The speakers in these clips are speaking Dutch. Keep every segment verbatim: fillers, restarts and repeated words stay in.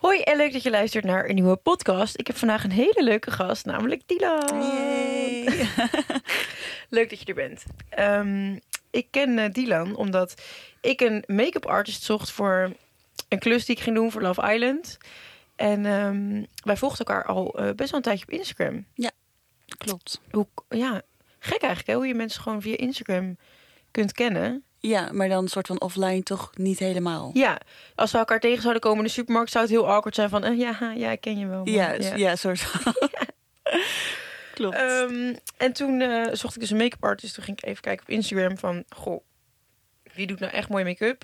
Hoi en leuk dat je luistert naar een nieuwe podcast. Ik heb vandaag een hele leuke gast, namelijk Dylan. Yay. Leuk dat je er bent. Um, ik ken uh, Dylan omdat ik een make-up artist zocht voor een klus die ik ging doen voor Love Island. En um, wij volgden elkaar al uh, best wel een tijdje op Instagram. Ja, klopt. Hoe, ja, gek eigenlijk hè, hoe je mensen gewoon via Instagram kunt kennen. Ja, maar dan een soort van offline toch niet helemaal. Ja, als we elkaar tegen zouden komen in de supermarkt, zou het heel awkward zijn van, uh, ja, ja, ik ken je wel. Maar, ja, ja, ja, soort van. Ja. Klopt. Um, en toen uh, zocht ik dus een make-up artist. Toen ging ik even kijken op Instagram van, goh, wie doet nou echt mooie make-up?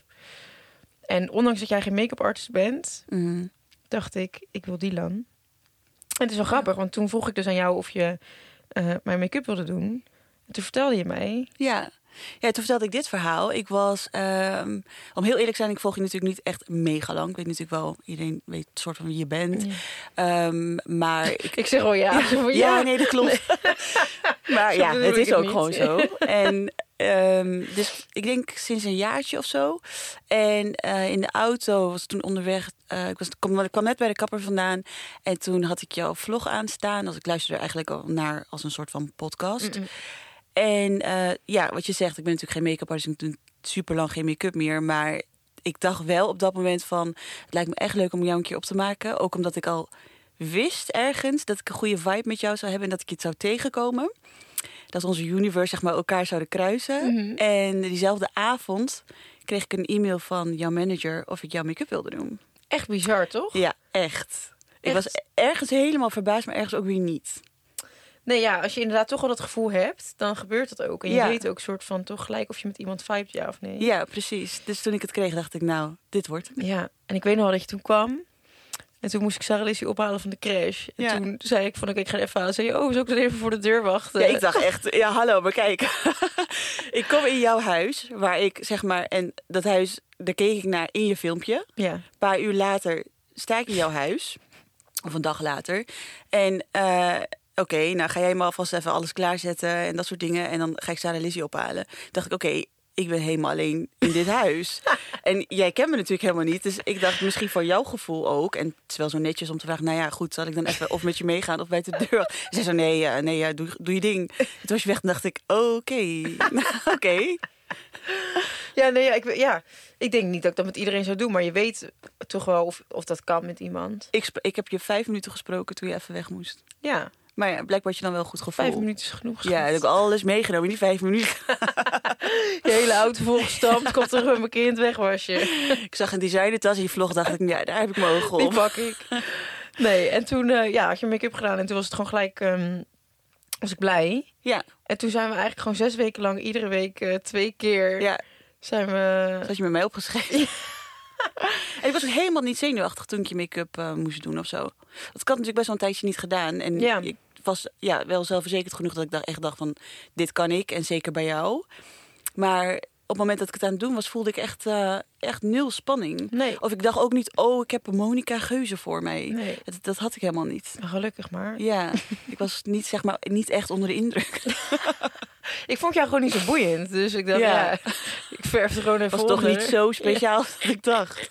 En ondanks dat jij geen make-up artist bent, Mm. dacht ik, ik wil Dylan. En het is wel grappig, want toen vroeg ik dus aan jou of je uh, mijn make-up wilde doen. En toen vertelde je mij. Ja. Ja, toen vertelde ik dit verhaal. Ik was, um, om heel eerlijk te zijn, ik volg je natuurlijk niet echt mega lang. Ik weet natuurlijk wel, iedereen weet soort van wie je bent. Ja. Um, maar ik, ik zeg wel ja. Ja, ja. ja nee, dat klopt. Nee. Maar ja, het is ook niet. Gewoon zo. En um, dus ik denk sinds een jaartje of zo. En uh, in de auto was toen onderweg. Uh, ik, was, ik, kwam, ik kwam net bij de kapper vandaan. En toen had ik jouw vlog aanstaan. Dus ik luisterde er eigenlijk al naar als een soort van podcast. Mm-mm. En uh, ja, wat je zegt, ik ben natuurlijk geen make-up artist. Ik doe super lang geen make-up meer. Maar ik dacht wel op dat moment van, het lijkt me echt leuk om jou een keer op te maken. Ook omdat ik al wist ergens dat ik een goede vibe met jou zou hebben. En dat ik je het zou tegenkomen. Dat onze universe zeg maar elkaar zouden kruisen. Mm-hmm. En diezelfde avond kreeg ik een e-mail van jouw manager of ik jouw make-up wilde doen. Echt bizar, toch? Ja, echt. echt. Ik was ergens helemaal verbaasd, maar ergens ook weer niet. Nee, ja, als je inderdaad toch al dat gevoel hebt, dan gebeurt dat ook. En je ja. weet ook soort van toch gelijk of je met iemand vibet, ja of nee. Ja, precies. Dus toen ik het kreeg, dacht ik, nou, dit wordt het. Ja, en ik weet nog wel dat je toen kwam. En toen moest ik Sarah Lizzie ophalen van de crash. En ja. toen zei ik van, oké, ik ga even halen. Zei je, oh, zou ik dan even voor de deur wachten? Ja, ik dacht echt, ja, hallo, maar kijk. Ik kom in jouw huis, waar ik, zeg maar, en dat huis, daar keek ik naar in je filmpje. Ja. Een paar uur later sta ik in jouw huis. Of een dag later. En uh, oké, okay, nou ga jij maar alvast even alles klaarzetten en dat soort dingen. En dan ga ik Sarah Lizzie ophalen. Dacht ik, oké, okay, ik ben helemaal alleen in dit huis. En jij kent me natuurlijk helemaal niet. Dus ik dacht, misschien voor jouw gevoel ook. En het is wel zo netjes om te vragen, nou ja, goed, zal ik dan even of met je meegaan of bij de deur? Ze zei zo, nee, ja, nee ja, doe, doe je ding. Toen was je weg en dacht ik, oké, okay. oké. Okay. Ja, nee, ja ik, ja, ik denk niet dat ik dat met iedereen zou doen. Maar je weet toch wel of, of dat kan met iemand. Ik, ik heb je vijf minuten gesproken toen je even weg moest. Ja. Maar ja, blijkbaar had je dan wel goed gevoel. Vijf minuten is genoeg. Schat. Ja, ik heb alles meegenomen in die vijf minuten. Je hele auto volgestampt, komt terug met mijn kind wegwasje. Ik zag een designertas in je vlog, dacht ik, ja, daar heb ik mijn ogen op. Die pak ik. Nee, en toen uh, ja, had je make-up gedaan en toen was het gewoon gelijk, um, was ik blij. Ja. En toen zijn we eigenlijk gewoon zes weken lang, iedere week uh, twee keer, ja. zijn we... Dat had je met mij opgeschreven. Ja. En ik was ook helemaal niet zenuwachtig toen ik je make-up uh, moest doen of zo. Dat had ik natuurlijk best wel een tijdje niet gedaan. En ja. ik was ja, wel zelfverzekerd genoeg dat ik dacht, echt dacht van, dit kan ik. En zeker bij jou. Maar op het moment dat ik het aan het doen was, voelde ik echt, uh, echt nul spanning. Nee. Of ik dacht ook niet, oh, ik heb Monica Geuze voor mij. Nee. Dat, dat had ik helemaal niet. Gelukkig maar. Ja, ik was niet, zeg maar, niet echt onder de indruk. Ik vond jou gewoon niet zo boeiend. Dus ik dacht, ja, ja ik verf er gewoon even Het was onder. toch niet zo speciaal als ja. ik dacht.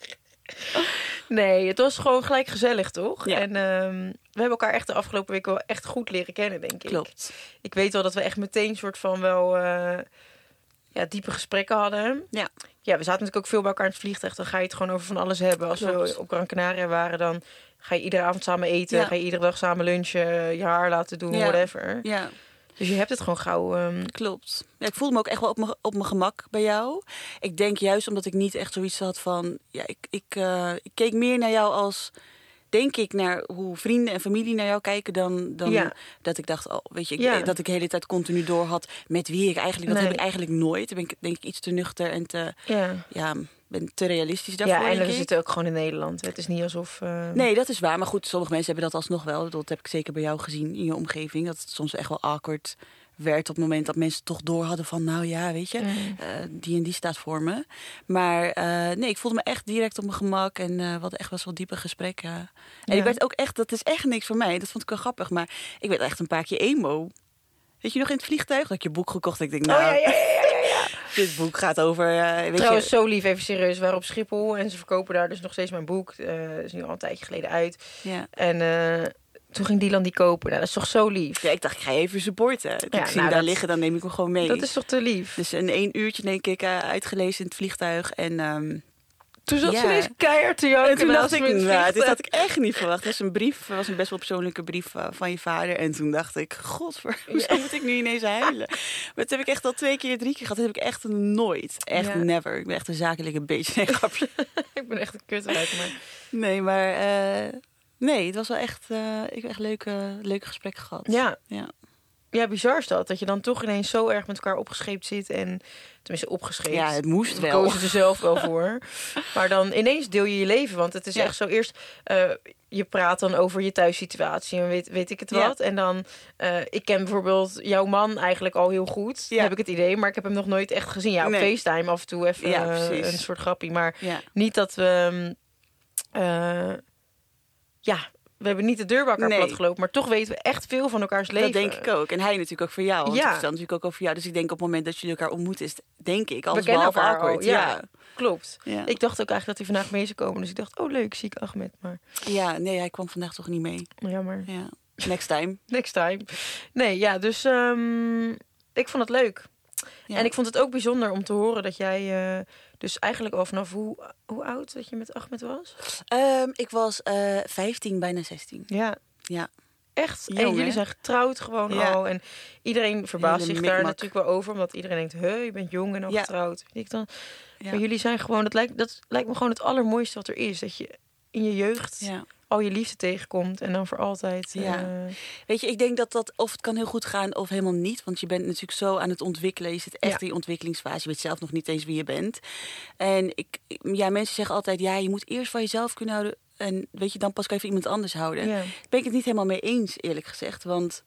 Nee, het was gewoon gelijk gezellig, toch? Ja. En um, we hebben elkaar echt de afgelopen weken wel echt goed leren kennen, denk ik. Klopt. Ik weet wel dat we echt meteen soort van wel uh, ja, diepe gesprekken hadden. Ja. Ja, we zaten natuurlijk ook veel bij elkaar in het vliegtuig. Dan ga je het gewoon over van alles hebben. Als Klopt. we op Gran Canaria waren, dan ga je iedere avond samen eten. Ja. Ga je iedere dag samen lunchen, je haar laten doen, ja. whatever. Ja. Dus je hebt het gewoon gauw... Um... Klopt. Ja, ik voelde me ook echt wel op mijn, op mijn gemak bij jou. Ik denk juist omdat ik niet echt zoiets had van... Ja, ik, ik, uh, ik keek meer naar jou als... Denk ik naar hoe vrienden en familie naar jou kijken... dan, dan ja. dat ik dacht, oh, weet je, ik, ja. dat ik de hele tijd continu door had... met wie ik eigenlijk... Dat nee. heb ik eigenlijk nooit. Dan ben ik denk ik iets te nuchter en te... Ja. ja ben te realistisch daarvoor. Ja, en we zitten ook gewoon in Nederland. Het is niet alsof... Uh... Nee, dat is waar. Maar goed, sommige mensen hebben dat alsnog wel. Dat heb ik zeker bij jou gezien in je omgeving. Dat het soms echt wel awkward werd op het moment dat mensen toch door hadden van... nou ja, weet je, mm. uh, die en die staat voor me. Maar uh, nee, ik voelde me echt direct op mijn gemak. En uh, we hadden echt best wel diepe gesprekken. En ja. ik werd ook echt... Dat is echt niks voor mij. Dat vond ik wel grappig. Maar ik werd echt een paar keer emo. Weet je nog in het vliegtuig? Dat ik je boek gekocht. Ik denk, nou... Oh, ja, ja, ja, ja, ja. Dit boek gaat over... Uh, weet Trouwens, je... zo lief, even serieus. We waren op Schiphol en ze verkopen daar dus nog steeds mijn boek. Uh, is nu al een tijdje geleden uit. Ja. En uh, toen ging Dylan die kopen. Nou, dat is toch zo lief? Ja, ik dacht, ik ga je even supporten. Ja, ik zie nou, daar dat... liggen, dan neem ik hem gewoon mee. Dat is toch te lief? Dus in één uurtje denk ik uh, uitgelezen in het vliegtuig. En... Um... Toen zat ja. ze ineens keihard te janken. En toen dacht ik, nou, dit had ik echt niet verwacht. Het was een brief, het was een best wel persoonlijke brief uh, van je vader. En toen dacht ik, godver, hoezo moet ik nu ineens huilen? Maar dat heb ik echt al twee keer, drie keer gehad. Dat heb ik echt nooit. Echt ja. never. Ik ben echt een zakelijke beetje. Nee, grapje. Ik ben echt een kutruik, maar... Nee, maar uh, nee, het was wel echt, uh, ik heb echt leuke, leuke gesprekken gehad. Ja. Ja. Ja, bizar is dat. Dat je dan toch ineens zo erg met elkaar opgescheept zit. En tenminste opgescheept. Ja, het moest we wel. We kozen er zelf wel voor. Maar dan ineens deel je je leven. Want het is ja. echt zo eerst... Uh, je praat dan over je thuissituatie en weet, weet ik het wat. Ja. En dan... Uh, ik ken bijvoorbeeld jouw man eigenlijk al heel goed. Ja. Heb ik het idee. Maar ik heb hem nog nooit echt gezien. Ja, op nee. FaceTime af en toe even ja, uh, een soort grappie. Maar ja. niet dat we... Uh, ja... We hebben niet de deur bij elkaar nee. plat gelopen, maar toch weten we echt veel van elkaars leven. Dat denk ik ook. En hij natuurlijk ook voor jou. Want ja. ik vertel natuurlijk ook over jou. Dus ik denk op het moment dat jullie elkaar ontmoeten, is denk ik alles we behalve elkaar awkward. Ja, ja, klopt. Ja. Ik dacht ook eigenlijk dat hij vandaag mee zou komen. Dus ik dacht, oh leuk, zie ik Ahmed. Maar... Ja, nee, hij kwam vandaag toch niet mee. Jammer. Ja. Next time. Next time. Nee, ja, dus um, ik vond het leuk. Ja. En ik vond het ook bijzonder om te horen dat jij... Uh, dus eigenlijk al vanaf hoe, hoe oud dat je met Ahmed was? Um, ik was uh, vijftien, bijna zestien. Ja. Ja. Echt. Jong, en jullie zijn getrouwd gewoon ja. al. En iedereen verbaast zich daar natuurlijk wel over. Omdat iedereen denkt, he, je bent jong en al ja. getrouwd. Weet ik dan. Ja. Maar jullie zijn gewoon... Dat lijkt, dat lijkt me gewoon het allermooiste wat er is. Dat je in je jeugd... Ja. al je liefde tegenkomt en dan voor altijd. Ja. Uh... Weet je, ik denk dat dat of het kan heel goed gaan of helemaal niet. Want je bent natuurlijk zo aan het ontwikkelen. Je zit echt ja. in je ontwikkelingsfase. Je weet zelf nog niet eens wie je bent. En ik, ja, mensen zeggen altijd, ja, je moet eerst van jezelf kunnen houden. En weet je, dan pas kan je van iemand anders houden. Ja. Daar ben ik het niet helemaal mee eens, eerlijk gezegd. Want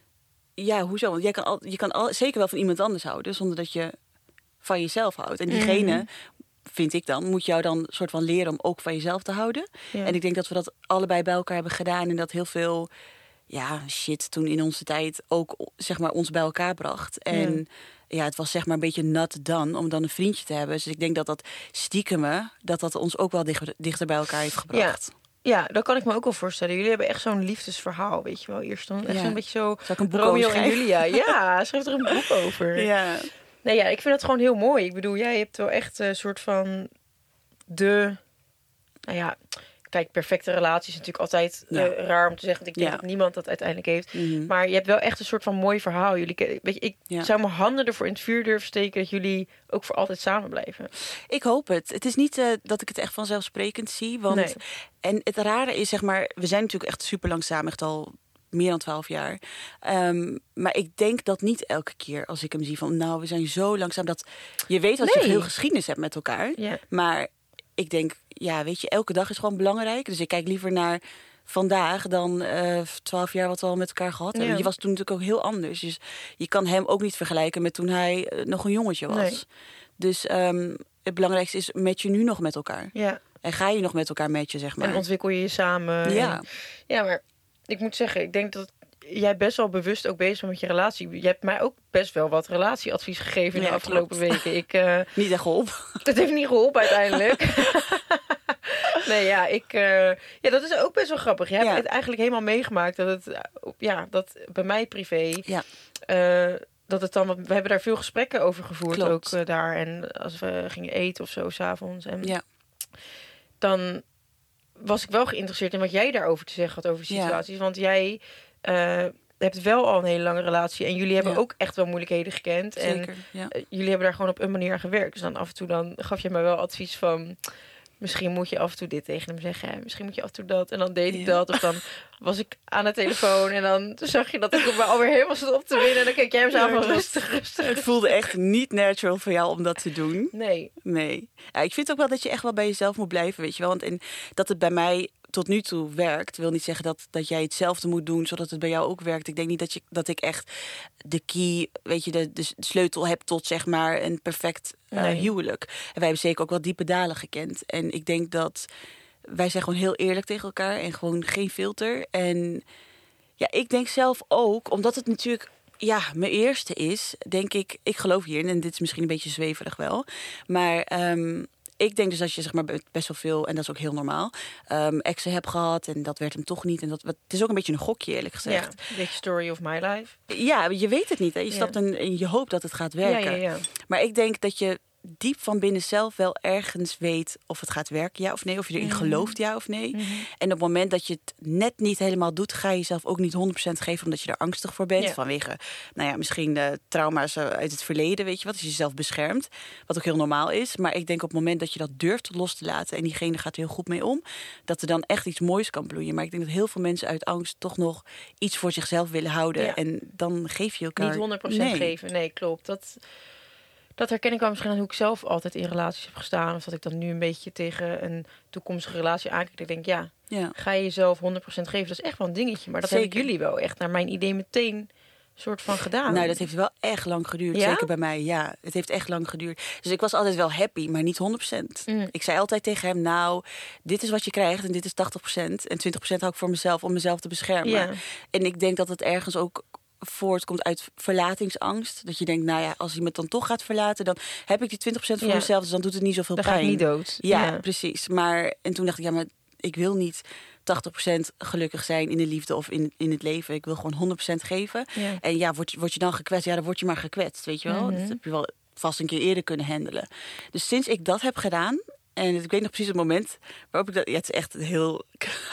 ja, hoezo? Want jij kan, al, je kan al, zeker wel van iemand anders houden zonder dat je van jezelf houdt. En diegene... Mm. vind ik dan, moet jou dan soort van leren om ook van jezelf te houden. Ja. En ik denk dat we dat allebei bij elkaar hebben gedaan. En dat heel veel ja, shit toen in onze tijd ook zeg maar ons bij elkaar bracht. En ja, ja het was zeg maar een beetje not done om dan een vriendje te hebben. Dus ik denk dat dat stiekeme, dat dat ons ook wel dichter, dichter bij elkaar heeft gebracht. Ja. Ja, dat kan ik me ook wel voorstellen. Jullie hebben echt zo'n liefdesverhaal, weet je wel. Eerst dan echt ja. zo'n beetje zo Romeo en Julia. Ja, schrijf er een boek over. Ja. Nee, ja, ik vind het gewoon heel mooi. Ik bedoel, jij hebt wel echt een soort van de... Nou ja, kijk, perfecte relatie is natuurlijk altijd ja. uh, raar om te zeggen. Want ik denk ja. dat niemand dat uiteindelijk heeft. Mm-hmm. Maar je hebt wel echt een soort van mooi verhaal. Jullie, weet je, ik ja. zou mijn handen ervoor in het vuur durven steken dat jullie ook voor altijd samen blijven. Ik hoop het. Het is niet uh, dat ik het echt vanzelfsprekend zie. Want nee. En het rare is, zeg maar, we zijn natuurlijk echt super lang samen, echt al meer dan twaalf jaar. Um, maar ik denk dat niet elke keer als ik hem zie van, nou, we zijn zo langzaam dat je weet dat nee. je veel geschiedenis hebt met elkaar. Ja. Maar ik denk, ja, weet je, elke dag is gewoon belangrijk. Dus ik kijk liever naar vandaag dan twaalf uh, jaar wat we al met elkaar gehad hebben. Ja. Je was toen natuurlijk ook heel anders. Dus je kan hem ook niet vergelijken met toen hij uh, nog een jongetje was. Nee. Dus um, het belangrijkste is, match je nu nog met elkaar. Ja. En ga je nog met elkaar matchen, zeg maar. En ontwikkel je je samen. Ja. En, ja, maar ik moet zeggen, ik denk dat jij best wel bewust ook bezig bent met je relatie. Je hebt mij ook best wel wat relatieadvies gegeven in ja, de afgelopen klopt. weken. Ik, uh, niet echt geholpen. Dat heeft niet geholpen uiteindelijk. Nee, ja, ik... Uh, ja, dat is ook best wel grappig. Je hebt ja. het eigenlijk helemaal meegemaakt dat het... Ja, dat bij mij privé... Ja. Uh, dat het dan... We hebben daar veel gesprekken over gevoerd. Klopt. Ook uh, daar. En als we gingen eten of zo, 's avonds. En ja. dan was ik wel geïnteresseerd in wat jij daarover te zeggen had over situaties. Ja. Want jij... Uh, hebt wel al een hele lange relatie. En jullie hebben ja. ook echt wel moeilijkheden gekend. Zeker, en ja. uh, jullie hebben daar gewoon op een manier aan gewerkt. Dus dan af en toe dan gaf je mij wel advies van... Misschien moet je af en toe dit tegen hem zeggen. Hè? Misschien moet je af en toe dat. En dan deed ik ja. dat. Of dan was ik aan de telefoon. En dan zag je dat ik me alweer helemaal zat op te winnen. En dan keek jij hem zo ja, van rustig, rustig. Het voelde echt niet natural voor jou om dat te doen. Nee. Nee. Ja, ik vind ook wel dat je echt wel bij jezelf moet blijven. Weet je wel. Want en dat het bij mij tot nu toe werkt, wil niet zeggen dat, dat jij hetzelfde moet doen, zodat het bij jou ook werkt. Ik denk niet dat, je, dat ik echt de key, weet je, de, de sleutel heb tot, zeg maar, een perfect uh, nee. huwelijk. En wij hebben zeker ook wel diepe dalen gekend. En ik denk dat wij zijn gewoon heel eerlijk tegen elkaar en gewoon geen filter. En ja, ik denk zelf ook, omdat het natuurlijk Ja, mijn eerste is, denk ik, ik geloof hierin. En dit is misschien een beetje zweverig wel. Maar um, ik denk dus dat je zeg maar best wel veel, en dat is ook heel normaal, um, exen hebt gehad. En dat werd hem toch niet. En dat, het is ook een beetje een gokje, eerlijk gezegd. Ja, een beetje story of my life. Ja, je weet het niet. Hè? Je ja. stapt in, in je hoop dat het gaat werken. Ja, ja, ja. Maar ik denk dat je diep van binnen zelf wel ergens weet of het gaat werken, ja of nee. Of je erin mm-hmm. gelooft, ja of nee. Mm-hmm. En op het moment dat je het net niet helemaal doet, ga je jezelf ook niet honderd procent geven, omdat je er angstig voor bent. Ja. Vanwege, nou ja, misschien de trauma's uit het verleden, weet je wat. Dus je jezelf beschermt, wat ook heel normaal is. Maar ik denk op het moment dat je dat durft los te laten en diegene gaat er heel goed mee om, dat er dan echt iets moois kan bloeien. Maar ik denk dat heel veel mensen uit angst toch nog iets voor zichzelf willen houden. Ja. En dan geef je elkaar... Niet honderd procent nee. geven, nee, klopt. Dat... Dat herken ik wel misschien aan hoe ik zelf altijd in relaties heb gestaan. Of dat ik dan nu een beetje tegen een toekomstige relatie aankijk. Ik denk, ja, ja, ga je jezelf honderd procent geven? Dat is echt wel een dingetje. Maar dat Zeker. Hebben jullie wel echt naar mijn idee meteen soort van gedaan. Nou, dat heeft wel echt lang geduurd. Ja? Zeker bij mij, ja. Het heeft echt lang geduurd. Dus ik was altijd wel happy, maar niet honderd procent. Mm. Ik zei altijd tegen hem, nou, dit is wat je krijgt en dit is tachtig procent. En twintig procent hou ik voor mezelf om mezelf te beschermen. Ja. En ik denk dat het ergens ook voortkomt uit verlatingsangst. Dat je denkt, nou ja, als iemand dan toch gaat verlaten, dan heb ik die twintig procent voor ja. mezelf, dus dan doet het niet zoveel dan pijn. Dan ga ik niet dood. Ja, ja, precies. Maar, en toen dacht ik, ja, maar ik wil niet tachtig procent gelukkig zijn in de liefde of in, in het leven. Ik wil gewoon honderd procent geven. Ja. En ja, word, word je dan gekwetst? Ja, dan word je maar gekwetst, weet je wel. Mm-hmm. Dat heb je wel vast een keer eerder kunnen handelen. Dus sinds ik dat heb gedaan, en ik weet nog precies het moment waarop ik dat... Ja, het is echt heel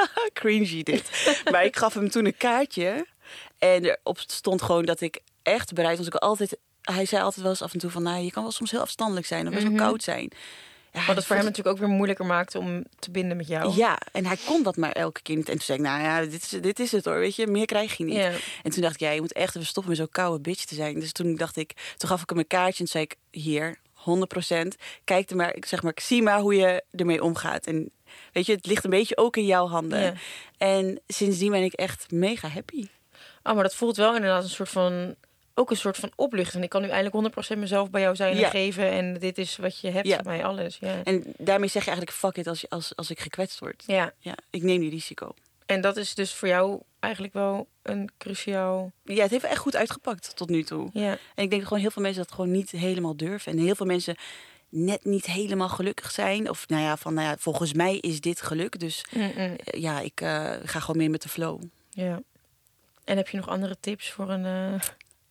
cringy dit. Maar ik gaf hem toen een kaartje. En erop stond gewoon dat ik echt bereid was. Ik altijd, hij zei altijd wel eens af en toe van, nou, je kan wel soms heel afstandelijk zijn of best wel mm-hmm. koud zijn. Ja, wat het voor hem natuurlijk ook weer moeilijker maakte om te binden met jou. Ja, en hij kon dat maar elke keer niet. En toen zei ik, nou ja, dit is, dit is het hoor, weet je, meer krijg je niet. Yeah. En toen dacht ik, ja, je moet echt even stoppen met zo'n koude bitch te zijn. Dus toen dacht ik, toen gaf ik hem een kaartje en toen zei ik, hier, honderd procent. Kijk er maar, ik zeg maar, ik zie maar hoe je ermee omgaat. En weet je, het ligt een beetje ook in jouw handen. Yeah. En sindsdien ben ik echt mega happy. Oh, maar dat voelt wel inderdaad een soort van, ook een soort van opluchting. Ik kan nu eindelijk honderd procent mezelf bij jou zijn en ja. geven. En dit is wat je hebt ja. van mij, alles. Ja. En daarmee zeg je eigenlijk, fuck it, als, als, als ik gekwetst word. Ja. ja. Ik neem die risico. En dat is dus voor jou eigenlijk wel een cruciaal... Ja, het heeft echt goed uitgepakt tot nu toe. Ja. En ik denk dat gewoon heel veel mensen dat gewoon niet helemaal durven. En heel veel mensen net niet helemaal gelukkig zijn. Of nou ja, van nou ja, volgens mij is dit geluk. Dus Mm-mm. ja, ik uh, ga gewoon meer met de flow. Ja. En heb je nog andere tips voor een uh,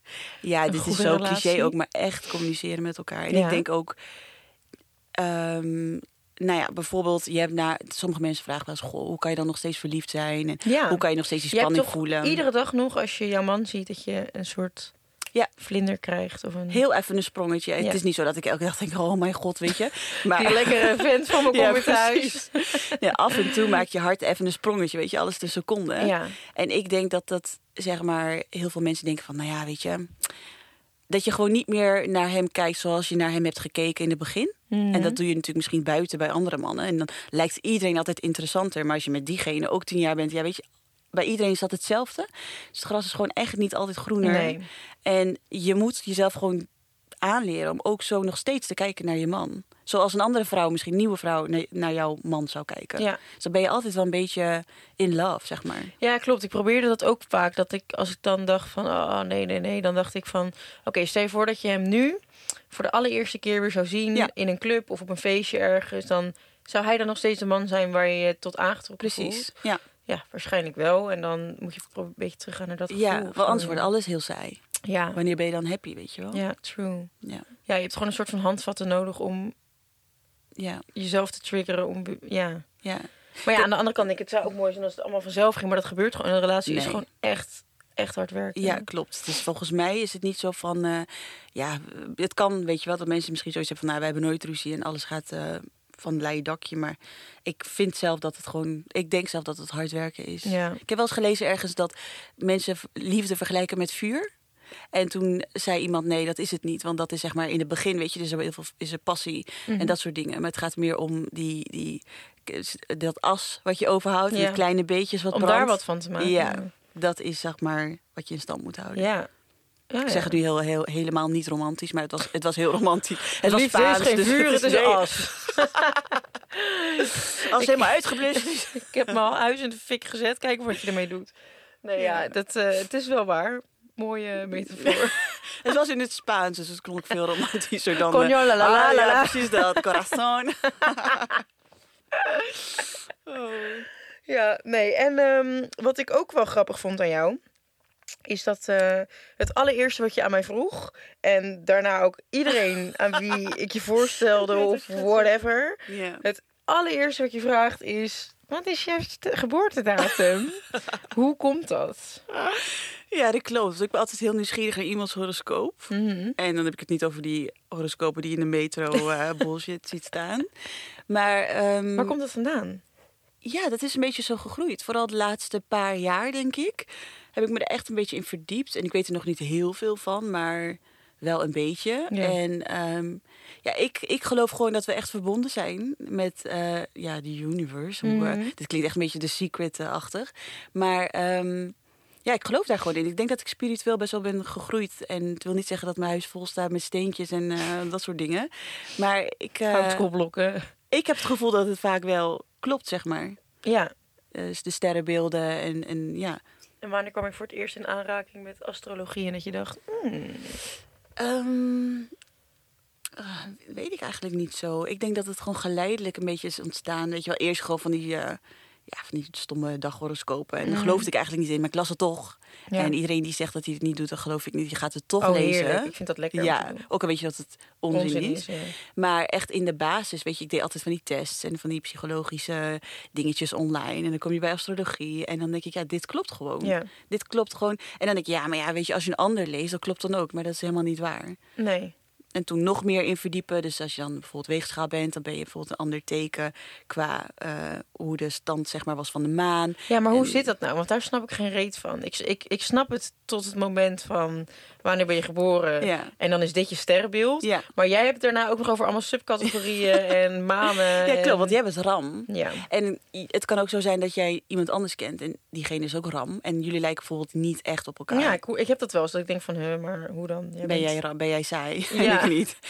Ja, een dit is zo relatie? Cliché ook, maar echt communiceren met elkaar. En ja. ik denk ook... Um, nou ja, bijvoorbeeld, je hebt naar sommige mensen vragen wel eens, goh, hoe kan je dan nog steeds verliefd zijn? En ja. hoe kan je nog steeds die spanning je hebt toch voelen? Iedere dag nog, als je jouw man ziet, dat je een soort ja. vlinder krijgt. Of een... Heel even een sprongetje. Ja. Het is niet zo dat ik elke dag denk, oh mijn god, weet je. Maar die lekkere vent van me komt weer thuis. Ja, af en toe maakt je hart even een sprongetje, weet je, alles de seconde. Ja. En ik denk dat dat, zeg maar, heel veel mensen denken van, nou ja, weet je, dat je gewoon niet meer naar hem kijkt zoals je naar hem hebt gekeken in het begin. Mm-hmm. En dat doe je natuurlijk misschien buiten bij andere mannen. En dan lijkt iedereen altijd interessanter. Maar als je met diegene ook tien jaar bent, ja, weet je, bij iedereen is dat hetzelfde. Dus het gras is gewoon echt niet altijd groener. Nee. En je moet jezelf gewoon aanleren om ook zo nog steeds te kijken naar je man. Zoals een andere vrouw, misschien een nieuwe vrouw, naar jouw man zou kijken. Ja. Dus dan ben je altijd wel een beetje in love, zeg maar. Ja, klopt. Ik probeerde dat ook vaak. Dat ik, als ik dan dacht van, oh nee, nee, nee. Dan dacht ik van, oké, okay, stel je voor dat je hem nu voor de allereerste keer weer zou zien. Ja. In een club of op een feestje ergens. Dan zou hij dan nog steeds de man zijn waar je je tot aangetrokken voelt. Precies, ja. Ja, waarschijnlijk wel. En dan moet je een beetje teruggaan naar dat gevoel. Ja, want anders wordt alles heel saai. Ja. Wanneer ben je dan happy, weet je wel? Ja, true. Ja, ja je hebt gewoon een soort van handvatten nodig om ja. jezelf te triggeren. Om, ja. Ja. Maar ja, aan de andere kant denk ik, het zou ook mooi zijn als het allemaal vanzelf ging. Maar dat gebeurt gewoon. Een relatie nee. is gewoon echt, echt hard werken. Ja, klopt. Dus volgens mij is het niet zo van, uh, ja, het kan, weet je wel, dat mensen misschien zoiets hebben van, nou, wij hebben nooit ruzie en alles gaat uh, van een leien dakje. Maar ik vind zelf dat het gewoon, ik denk zelf dat het hard werken is. Ja. Ik heb wel eens gelezen ergens dat mensen liefde vergelijken met vuur. En toen zei iemand, nee, dat is het niet. Want dat is zeg maar in het begin, weet je, dus er heel veel is er passie mm-hmm. en dat soort dingen. Maar het gaat meer om die, die, dat as wat je overhoudt, ja. die kleine beetjes wat om brandt. daar wat van te maken. Ja, dat is zeg maar wat je in stand moet houden. Ja. Ja, ik zeg het nu heel, heel, helemaal niet romantisch, maar het was, het was heel romantisch. Het was Spaans, is geen vuur, het is een as. Als helemaal uitgeblust. Ik heb me al huis in de fik gezet. Kijken wat je ermee doet. Nee, ja, dat, uh, het is wel waar. mooie metafoor. Het was in het Spaans, dus het klonk veel romantischer dan... Coño, la la la ah, la ja, la. precies dat, corazón. Oh. Ja, nee. En um, wat ik ook wel grappig vond aan jou... is dat uh, het allereerste wat je aan mij vroeg... en daarna ook iedereen aan wie ik je voorstelde of whatever... Yeah. Het allereerste wat je vraagt is... wat is je geboortedatum? Hoe komt dat? Ja, dat klopt. Dus ik ben altijd heel nieuwsgierig naar iemands horoscoop. Mm-hmm. En dan heb ik het niet over die horoscopen die je in de metro uh, bullshit ziet staan. Maar... Um, waar komt dat vandaan? Ja, dat is een beetje zo gegroeid. Vooral de laatste paar jaar, denk ik, heb ik me er echt een beetje in verdiept. En ik weet er nog niet heel veel van, maar wel een beetje. Ja. En um, ja, ik, ik geloof gewoon dat we echt verbonden zijn met uh, ja, de universe. Mm-hmm. Hoe, uh, dit klinkt echt een beetje de secret-achtig. Maar um, ja, ik geloof daar gewoon in. Ik denk dat ik spiritueel best wel ben gegroeid. En het wil niet zeggen dat mijn huis vol staat met steentjes en uh, dat soort dingen. Maar ik... Uh, Houtskoolblokken. Ik heb het gevoel dat het vaak wel klopt, zeg maar. Ja. Dus de sterrenbeelden en, en ja. En wanneer kwam ik voor het eerst in aanraking met astrologie en dat je dacht... Hmm. Um, uh, weet ik eigenlijk niet zo. Ik denk dat het gewoon geleidelijk een beetje is ontstaan. Weet je wel, eerst gewoon van die... Uh, Ja, van die stomme daghoroscopen. En daar mm. geloofde ik eigenlijk niet in, maar ik las het toch. Ja. En iedereen die zegt dat hij het niet doet, dan geloof ik niet. Je gaat het toch oh, lezen. Heerlijk. Ik vind dat lekker. Ja, ook al weet je dat het onzin, onzin is. is ja. Maar echt in de basis, weet je, ik deed altijd van die tests en van die psychologische dingetjes online. En dan kom je bij astrologie en dan denk ik, ja, dit klopt gewoon. Ja. Dit klopt gewoon. En dan denk ik, ja, maar ja, weet je, als je een ander leest, dat klopt dan ook. Maar dat is helemaal niet waar. Nee. En toen nog meer in verdiepen. Dus als je dan bijvoorbeeld weegschaal bent, dan ben je bijvoorbeeld een ander teken qua uh, hoe de stand zeg maar was van de maan. Ja, maar hoe en... zit dat nou? Want daar snap ik geen reet van. Ik, ik, ik snap het tot het moment van wanneer ben je geboren ja. en dan is dit je sterrenbeeld. Ja. Maar jij hebt het daarna ook nog over allemaal subcategorieën en manen. Ja, klopt, en... want jij bent ram. Ja. En het kan ook zo zijn dat jij iemand anders kent en diegene is ook ram. En jullie lijken bijvoorbeeld niet echt op elkaar. Ja, ik, ik heb dat wel eens dat ik denk van, huh, maar hoe dan? Jij ben, bent... jij ram, ben jij saai? Ja. En ik niet.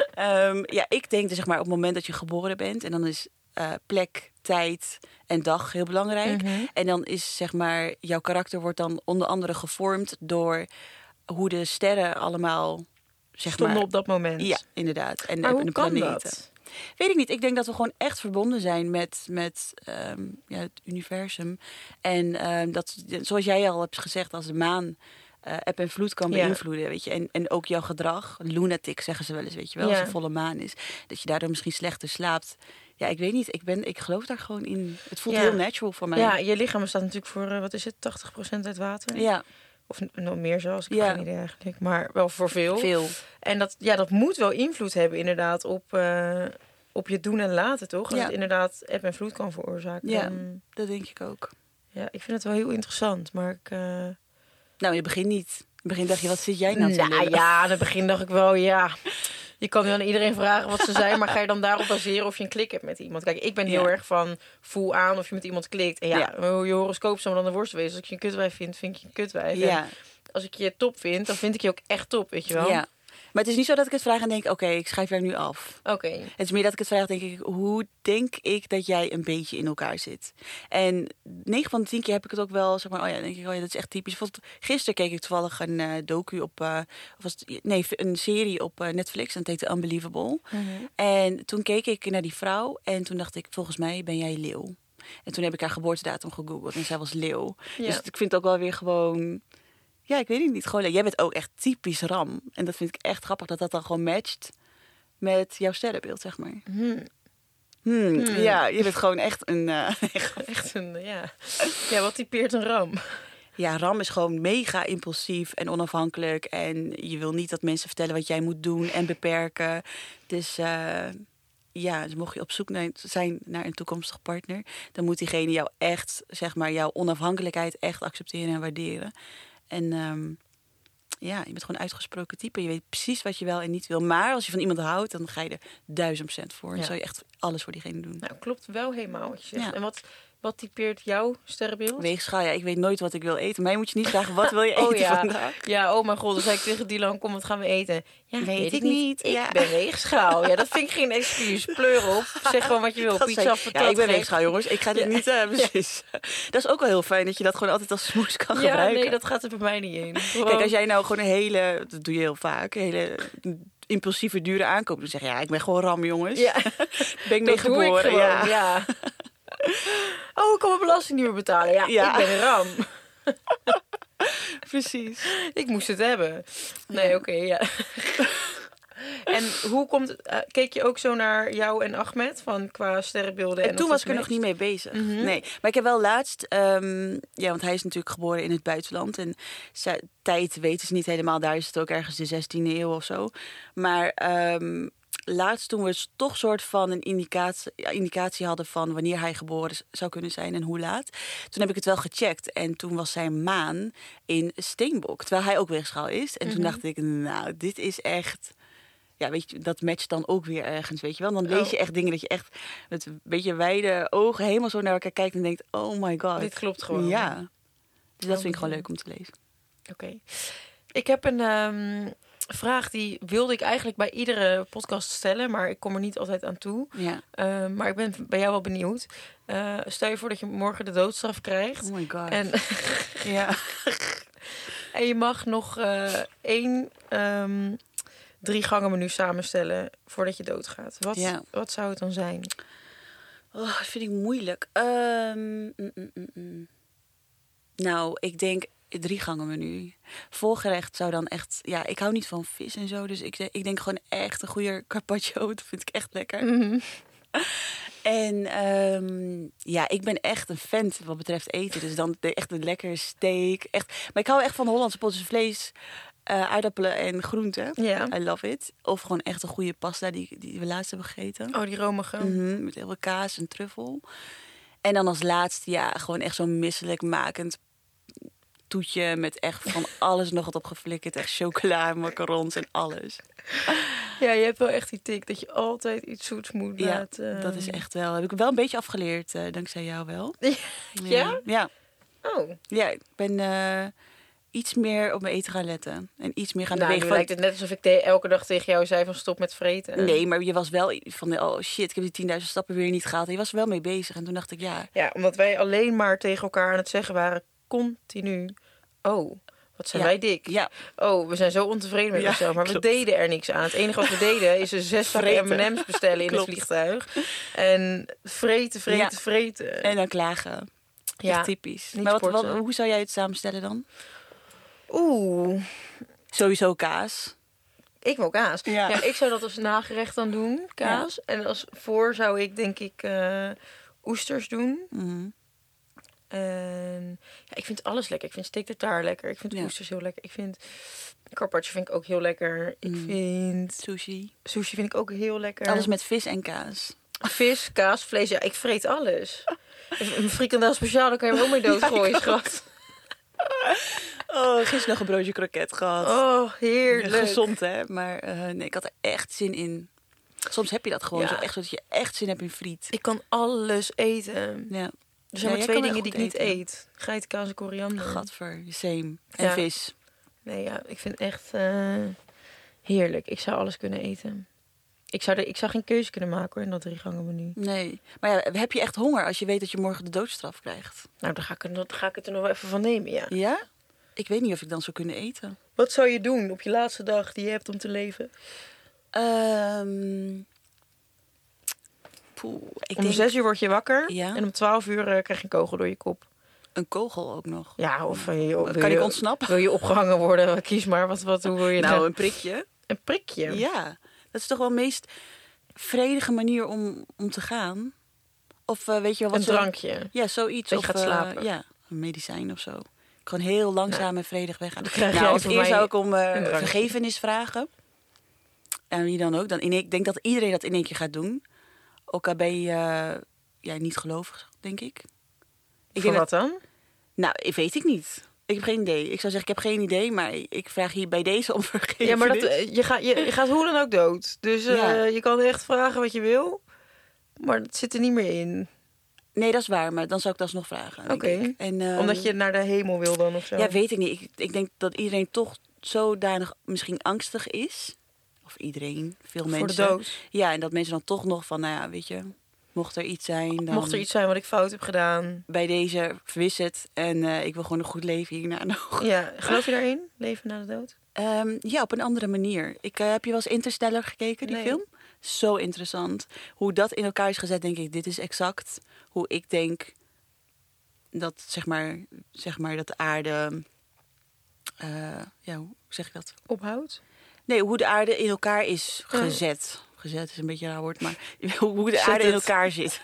um, ja, ik denk dus zeg maar op het moment dat je geboren bent en dan is uh, plek, tijd en dag heel belangrijk. Mm-hmm. En dan is zeg maar jouw karakter wordt dan onder andere gevormd door hoe de sterren allemaal zeg stonden maar, op dat moment. Ja, inderdaad. En, maar en hoe de kan planeten. Dat? Weet ik niet. Ik denk dat we gewoon echt verbonden zijn met, met um, ja, het universum. En um, dat, zoals jij al hebt gezegd, als de maan uh, eb en vloed kan beïnvloeden, ja. weet je. En, en ook jouw gedrag, lunatic zeggen ze wel eens, weet je wel, ja. als een volle maan is. Dat je daardoor misschien slechter slaapt. Ja, ik weet niet. Ik, ben, ik geloof daar gewoon in. Het voelt ja. heel natural voor mij. Ja, je lichaam bestaat natuurlijk voor, uh, wat is het, tachtig procent uit water? Ja. Of nog meer zelfs, ik ja. heb geen idee eigenlijk. Maar wel voor veel. Veel. En dat, ja, dat moet wel invloed hebben inderdaad op, uh, op je doen en laten, toch? Als ja. het inderdaad eb en vloed kan veroorzaken. Ja, dan... dat denk ik ook. Ja, ik vind het wel heel interessant, maar ik... Uh... Nou, je begint niet. In het begin dacht je, wat zit jij nou te Nou lullen? ja, in het begin dacht ik wel, ja... Je kan nu aan iedereen vragen wat ze zijn, maar ga je dan daarop baseren of je een klik hebt met iemand? Kijk, ik ben heel ja. erg van voel aan of je met iemand klikt. En ja, ja. je horoscoop zou dan de worst wezen. Als ik je een kutwijf vind, vind ik je een kutwijf. Ja. Als ik je top vind, dan vind ik je ook echt top, weet je wel? Ja. Maar het is niet zo dat ik het vraag en denk, oké, okay, ik schrijf er nu af. Oké. Okay. Het is meer dat ik het vraag, denk ik, hoe denk ik dat jij een beetje in elkaar zit? En negen van de tien keer heb ik het ook wel, zeg maar, oh ja, denk ik, oh ja, dat is echt typisch. Gisteren keek ik toevallig een uh, docu op, uh, of was het, nee, een serie op uh, Netflix, en het heette Unbelievable. Mm-hmm. En toen keek ik naar die vrouw en toen dacht ik, volgens mij ben jij leeuw. En toen heb ik haar geboortedatum gegoogeld en zij was leeuw. Ja. Dus ik vind het ook wel weer gewoon... Ja, ik weet het niet. Gewoon, jij bent ook echt typisch ram. En dat vind ik echt grappig dat dat dan gewoon matcht met jouw sterrenbeeld, zeg maar. Hmm. Hmm. Hmm. Ja, je bent gewoon echt een... Uh, echt een, ja. Ja, wat typeert een ram? Ja, ram is gewoon mega impulsief en onafhankelijk. En je wil niet dat mensen vertellen wat jij moet doen en beperken. Dus... Uh, Ja, dus mocht je op zoek naar, zijn naar een toekomstig partner, dan moet diegene jou echt, zeg maar, jouw onafhankelijkheid echt accepteren en waarderen. En um, ja, je bent gewoon een uitgesproken type. Je weet precies wat je wel en niet wil. Maar als je van iemand houdt, dan ga je er duizend procent voor. En ja. zou je echt alles voor diegene doen. Nou, klopt wel helemaal wat je zegt. Ja. En wat Wat typeert jouw sterrenbeeld? Weegschaal, ja, ik weet nooit wat ik wil eten. Mij moet je niet vragen, wat wil je eten oh, ja. vandaag? Ja, oh mijn god, dan zei ik tegen Dylan, kom, wat gaan we eten? Ja, weet, weet ik ik niet. niet. Ja. Ik ben weegschaal. Ja, dat vind ik geen excuus. Pleur op. Zeg gewoon wat je wil. Dat Pizza, zei, patat. Ja, ik ben gek. weegschaal, jongens. Ik ga dit Ja. niet... Uh, precies. Ja. Dat is ook wel heel fijn, dat je dat gewoon altijd als smoes kan Ja, gebruiken. nee, dat gaat er bij mij niet in. Gewoon... Kijk, als jij nou gewoon een hele... Dat doe je heel vaak. Een hele impulsieve, dure aankoop. Dan zeg je, ja, ik ben gewoon ram, jongens. Ja. ben ik mee Dat doe ik geboren. gewoon, Ja. ja. Oh, ik kan mijn belasting niet meer betalen. Ja, Ja. ik ben een ram. Precies. Ik moest het hebben. Nee, Ja. oké, okay, ja. En hoe komt het? Uh, keek je ook zo naar jou en Ahmed van qua sterrenbeelden? En, en toen of was ik dat er nog niet mee bezig. Mm-hmm. Nee, maar ik heb wel laatst... Um, ja, want hij is natuurlijk geboren in het buitenland. En zij, tijd weten ze niet helemaal. Daar is het ook ergens de zestiende eeuw of zo. Maar... Um, laatst toen we toch soort van een indicatie, ja, indicatie hadden van wanneer hij geboren zou kunnen zijn en hoe laat. Toen heb ik het wel gecheckt. En toen was zijn maan in Steenbok. Terwijl hij ook weegschaal is. En mm-hmm. toen dacht ik, nou, dit is echt... Ja, weet je, dat matcht dan ook weer ergens, weet je wel. Dan lees je echt dingen dat je echt met een beetje wijde ogen helemaal zo naar elkaar kijkt en denkt, oh my god. Dit klopt gewoon. Ja. Dus dat oh, vind ik gewoon leuk om te lezen. Oké. Okay. Ik heb een... Um... vraag die wilde ik eigenlijk bij iedere podcast stellen, maar ik kom er niet altijd aan toe. Ja. Uh, maar ik ben bij jou wel benieuwd. Uh, stel je voor dat je morgen de doodstraf krijgt. Oh my god. En, ja. en je mag nog uh, één um, drie gangen menu samenstellen voordat je doodgaat. Wat, ja. wat zou het dan zijn? Oh, dat vind ik moeilijk. Um, mm, mm, mm. Nou, ik denk drie gangen menu. Volgerecht zou dan echt... Ja, ik hou niet van vis en zo. Dus ik, ik denk gewoon echt een goede carpaccio. Dat vind ik echt lekker. Mm-hmm. En um, ja, ik ben echt een fan wat betreft eten. Dus dan de, echt een lekkere steak. Echt. Maar ik hou echt van Hollandse potjes vlees, uh, aardappelen en groenten. Yeah. I love it. Of gewoon echt een goede pasta die, die we laatst hebben gegeten. Oh, die romige. Mm-hmm, met heel veel kaas en truffel. En dan als laatste, ja, gewoon echt zo'n misselijk makend toetje met echt van alles nog wat op geflikkerd. Echt chocola, macarons en alles. Ja, je hebt wel echt die tik dat je altijd iets zoets moet ja, laten. Dat is echt wel. Heb ik wel een beetje afgeleerd, uh, dankzij jou wel. Ja? Ja. ja. Oh. Ja, ik ben uh, iets meer op mijn eten gaan letten. En iets meer gaan nou, bewegen. Nu lijkt het net alsof ik de- elke dag tegen jou zei van stop met vreten. Nee, maar je was wel van, oh shit, ik heb die tienduizend stappen weer niet gehaald. En je was er wel mee bezig. En toen dacht ik, ja. Ja, omdat wij alleen maar tegen elkaar aan het zeggen waren, continu. Oh, wat zijn ja. wij dik. Ja. Oh, we zijn zo ontevreden met ja, onszelf. Maar klopt. we deden er niks aan. Het enige wat we deden is een zes M en M's bestellen in het vliegtuig. En vreten, vreten, ja. vreten. En dan klagen. Ja. Echt typisch. Maar wat, wat, hoe zou jij het samenstellen dan? Oeh. Sowieso kaas. Ik wil kaas. Ja. Ja, ik zou dat als nagerecht dan doen, kaas. Ja. En als voor zou ik denk ik uh, oesters doen. Mm-hmm. En ja, ik vind alles lekker. Ik vind steak tartare lekker. Ik vind ja. oesters heel lekker. Ik vind carpaccio vind ik ook heel lekker. Ik mm. vind sushi. Sushi vind ik ook heel lekker. Alles met vis en kaas. Vis, kaas, vlees. Ja, ik vreet alles. Een frikandel speciaal, daar kan je hem ook mee doodgooien, schat. Oh, gisteren nog een broodje kroket gehad. Oh, heerlijk. Ja, gezond, hè? Maar uh, nee, ik had er echt zin in. Soms heb je dat gewoon ja. zo echt, zodat je echt zin hebt in friet. Ik kan alles eten. Ja. Er zijn ja, maar twee dingen die ik eten. niet eet. Geitenkaas en koriander. Gadver, same. En ja. vis. Nee, ja, ik vind het echt uh, heerlijk. Ik zou alles kunnen eten. Ik zou, er, ik zou geen keuze kunnen maken hoor, in dat drie gangen menu. Nee. Maar ja, heb je echt honger als je weet dat je morgen de doodstraf krijgt? Nou, dan ga ik, er, dan ga ik het er nog wel even van nemen, ja. Ja? Ik weet niet of ik dan zou kunnen eten. Wat zou je doen op je laatste dag die je hebt om te leven? Um, poeh, ik om denk... zes uur word je wakker ja? en om twaalf uur uh, krijg je een kogel door je kop. Een kogel ook nog? Ja, of uh, je, kan je, ik ontsnappen? Wil je opgehangen worden? Kies maar, wat, wat, hoe wil je Nou, dat? een prikje. Een prikje? Ja, dat is toch wel de meest vredige manier om, om te gaan. Of uh, weet je wel wat een zo... drankje? Ja, zoiets. Dat of, je gaat slapen? Uh, ja, een medicijn of zo. Gewoon heel langzaam nou, en vredig weggaan. Nou, als eerst zou ik om uh, vergevenis vragen. En wie dan ook. Dan in, ik denk dat iedereen dat in één keer gaat doen. Ook al ben je uh, ja, niet gelovig, denk ik. ik Voor wat dat... dan? Nou, ik weet ik niet. Ik heb geen idee. Ik zou zeggen, ik heb geen idee, maar ik vraag hier bij deze om vergevenis. Ja, maar dat, je, gaat, je, je gaat hoe dan ook dood. Dus uh, ja. je kan echt vragen wat je wil. Maar dat zit er niet meer in. Nee, dat is waar, maar dan zou ik dat alsnog vragen. Oké, okay. um, omdat je naar de hemel wil dan of zo? Ja, weet ik niet. Ik, ik denk dat iedereen toch zodanig misschien angstig is. Of iedereen, veel Voor mensen. Voor de dood? Ja, en dat mensen dan toch nog van, nou ja, weet je, mocht er iets zijn... Dan mocht er iets zijn wat ik fout heb gedaan. Bij deze, verwis het. En uh, ik wil gewoon een goed leven hierna nog. Ja, geloof je daarin? Leven na de dood? Um, ja, op een andere manier. Ik, uh, heb je wel eens Interstellar gekeken, die nee. film? Zo interessant. Hoe dat in elkaar is gezet, denk ik, dit is exact hoe ik denk dat, zeg maar, zeg maar dat de aarde... Uh, ja, hoe zeg ik dat? Ophoudt? Nee, hoe de aarde in elkaar is gezet. Ja. Gezet is een beetje een raar woord, maar hoe de Zet aarde het. in elkaar zit.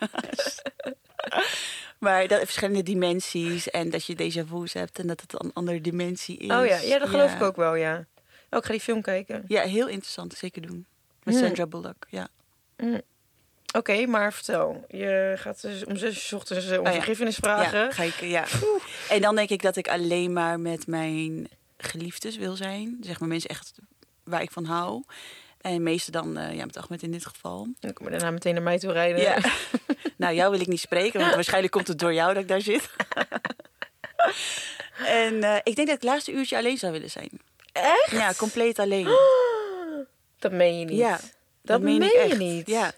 Maar dat verschillende dimensies en dat je déjà vu's hebt en dat het een andere dimensie is. Oh ja, ja dat geloof ja. ik ook wel, ja. Oh, ik ga die film kijken. Ja, heel interessant. Zeker doen. Met mm. Sandra Bullock, ja. Mm. Oké, okay, maar vertel. Je gaat dus om zes uur 's ochtends om oh, vergiffenis ja. vragen. Ja, ga ik, ja. En dan denk ik dat ik alleen maar met mijn geliefdes wil zijn. Zeg maar mensen echt waar ik van hou. En meestal dan, uh, ja, met Ahmed in dit geval. Dan kom je daarna meteen naar mij toe rijden. Ja. Nou, jou wil ik niet spreken, want waarschijnlijk komt het door jou dat ik daar zit. En uh, ik denk dat ik het laatste uurtje alleen zou willen zijn. Echt? Ja, compleet alleen. Dat meen je niet. Ja, dat, dat meen, meen je niet. Ja.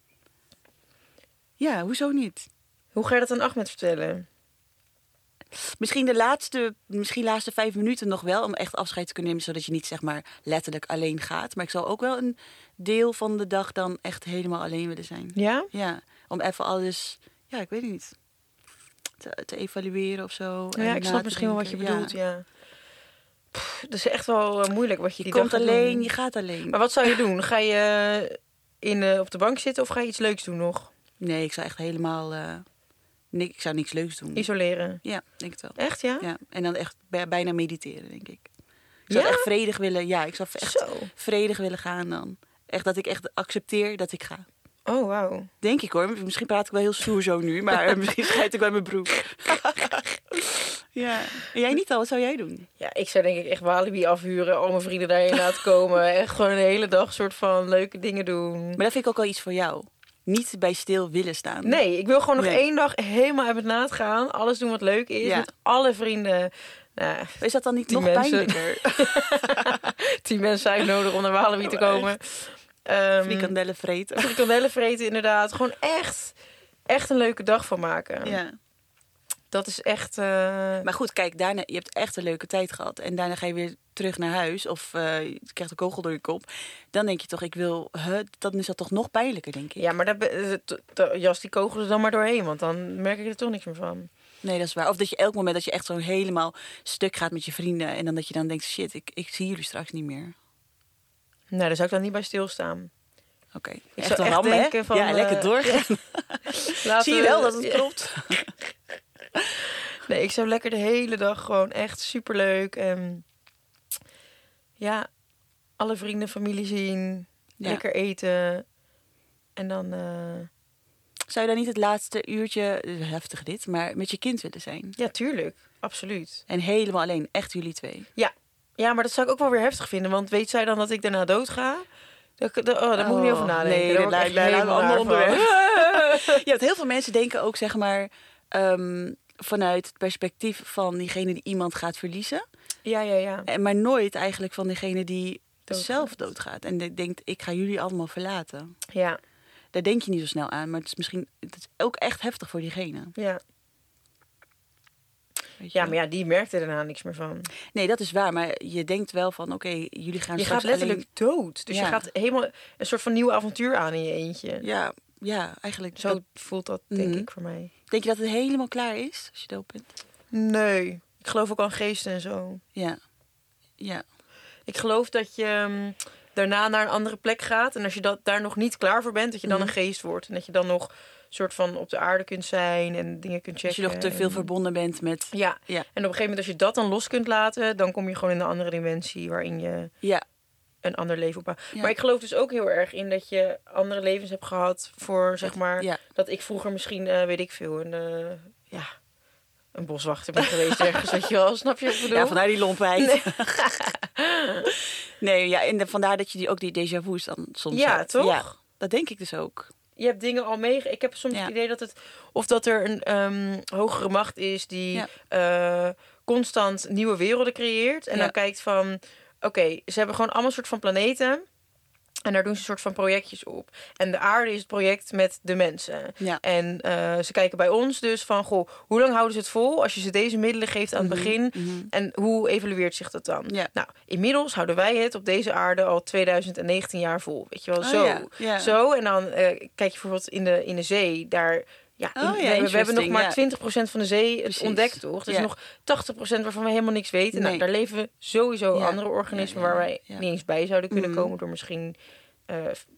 Ja, hoezo niet? Hoe ga je dat aan Ahmed vertellen? Misschien de laatste, misschien laatste vijf minuten nog wel, om echt afscheid te kunnen nemen, zodat je niet zeg maar letterlijk alleen gaat. Maar ik zou ook wel een deel van de dag dan echt helemaal alleen willen zijn. Ja? Ja, om even alles, ja, ik weet het niet, te, te evalueren of zo. Ja, en ik snap misschien wel wat je bedoelt, ja. ja. Pff, dat is echt wel uh, moeilijk wat je die je dag komt alleen, doen. Je gaat alleen. Maar wat zou je doen? Ga je in, uh, op de bank zitten of ga je iets leuks doen nog? Nee, ik zou echt helemaal... Uh, nee, ik zou niks leuks doen. Isoleren? Ja, denk het wel. Echt, ja? Ja, en dan echt bij, bijna mediteren, denk ik. Ik zou ja? echt vredig willen... Ja, ik zou echt Zo. vredig willen gaan dan. Echt dat ik echt accepteer dat ik ga. Oh, wauw. Denk ik hoor. Misschien praat ik wel heel stoer zo nu, maar misschien schijt ik bij mijn broek. Ja. En jij niet al? Wat zou jij doen? Ja, ik zou denk ik echt Walibi afhuren, al mijn vrienden daarheen laten komen. Echt gewoon de hele dag soort van leuke dingen doen. Maar dat vind ik ook wel iets voor jou. Niet bij stil willen staan. Nee, ik wil gewoon nog nee. één dag helemaal uit het naad gaan. Alles doen wat leuk is. Ja. Met alle vrienden. Nou, is dat dan niet nog mensen... pijnlijker? Tien mensen zijn nodig om naar Walibi te komen. Um, frikandellen vreten. Frikandellen vreten, inderdaad. Gewoon echt, echt een leuke dag van maken. Ja. Dat is echt... Uh... Maar goed, kijk, daarna, je hebt echt een leuke tijd gehad. En daarna ga je weer terug naar huis. Of uh, je krijgt een kogel door je kop. Dan denk je toch, ik wil... Huh, dan is dat toch nog pijnlijker, denk ik. Ja, maar dat, dat, dat, jas die kogel er dan maar doorheen. Want dan merk ik er toch niks meer van. Nee, dat is waar. Of dat je elk moment dat je echt zo helemaal stuk gaat met je vrienden. En dan dat je dan denkt, shit, ik, ik zie jullie straks niet meer. Nee, daar zou ik dan niet bij stilstaan. Oké. Okay. Ik echt zou echt rammen, denken van... Ja, uh, lekker doorgaan. Ja. Zie je wel dat het klopt? Nee, ik zou lekker de hele dag gewoon echt superleuk. En ja, alle vrienden, familie zien. Ja. Lekker eten. En dan... Uh... Zou je dan niet het laatste uurtje, heftig dit, maar met je kind willen zijn? Ja, tuurlijk. Absoluut. En helemaal alleen, echt jullie twee? Ja. Ja, maar dat zou ik ook wel weer heftig vinden. Want weet zij dan dat ik daarna dood ga? Daar, daar, oh, daar oh, moet ik niet over nadenken. Nee, daar lijkt mij een ander onderwerp. Je hebt heel veel mensen denken ook, zeg maar... Um, vanuit het perspectief van diegene die iemand gaat verliezen. Ja, ja, ja. En, maar nooit eigenlijk van degene die doodgaat. zelf doodgaat. En de, denkt, ik ga jullie allemaal verlaten. Ja. Daar denk je niet zo snel aan. Maar het is misschien het is ook echt heftig voor diegene. Ja. Ja, maar ja, die merkte daarna niks meer van. Nee, dat is waar. Maar je denkt wel van, oké, okay, jullie gaan je straks gaat letterlijk alleen... dood. Dus ja. je gaat helemaal een soort van nieuw avontuur aan in je eentje. Ja, ja, eigenlijk. Zo dat... voelt dat, denk mm-hmm. ik, voor mij. Denk je dat het helemaal klaar is als je dood bent? Nee. Ik geloof ook aan geesten en zo. Ja. Ja. Ik geloof dat je um, daarna naar een andere plek gaat. En als je dat, daar nog niet klaar voor bent, dat je dan mm-hmm. een geest wordt. En dat je dan nog soort van op de aarde kunt zijn en dingen kunt checken. Als je nog te veel en... verbonden bent met... Ja. ja. En op een gegeven moment als je dat dan los kunt laten, dan kom je gewoon in een andere dimensie waarin je... Ja. een ander leven opbouwen. Ja. Maar ik geloof dus ook heel erg in dat je andere levens hebt gehad voor, zeg maar, ja. dat ik vroeger misschien, uh, weet ik veel, een, uh, ja, een boswachter ben geweest ergens, weet je wel, snap je wat ik bedoel? Ja, vandaar die lompheid. Nee, nee ja, en de, vandaar dat je die, ook die déjà vu's dan soms ja, hebt. toch? Ja, dat denk ik dus ook. je hebt dingen al mee. Ik heb soms ja. het idee dat het... Of dat er een um, hogere macht is die ja. uh, constant nieuwe werelden creëert. En ja. dan kijkt van... Oké, okay, ze hebben gewoon allemaal een soort van planeten... En daar doen ze een soort van projectjes op. En de aarde is het project met de mensen. Ja. En uh, ze kijken bij ons dus van... Goh, hoe lang houden ze het vol als je ze deze middelen geeft aan het mm-hmm. begin? Mm-hmm. En hoe evalueert zich dat dan? Ja. Nou, inmiddels houden wij het op deze aarde al tweeduizend negentien jaar vol. Weet je wel, oh, zo. Ja. Ja. Zo. En dan uh, kijk je bijvoorbeeld in de, in de zee... daar. Ja, in, oh, ja, we, we hebben nog maar ja. twintig procent van de zee het ontdekt, toch? Dus ja. nog tachtig procent waarvan we helemaal niks weten. Nee. Nou, daar leven sowieso ja. andere organismen... Ja, ja, waar wij ja. niet eens bij zouden kunnen mm. komen... door misschien uh,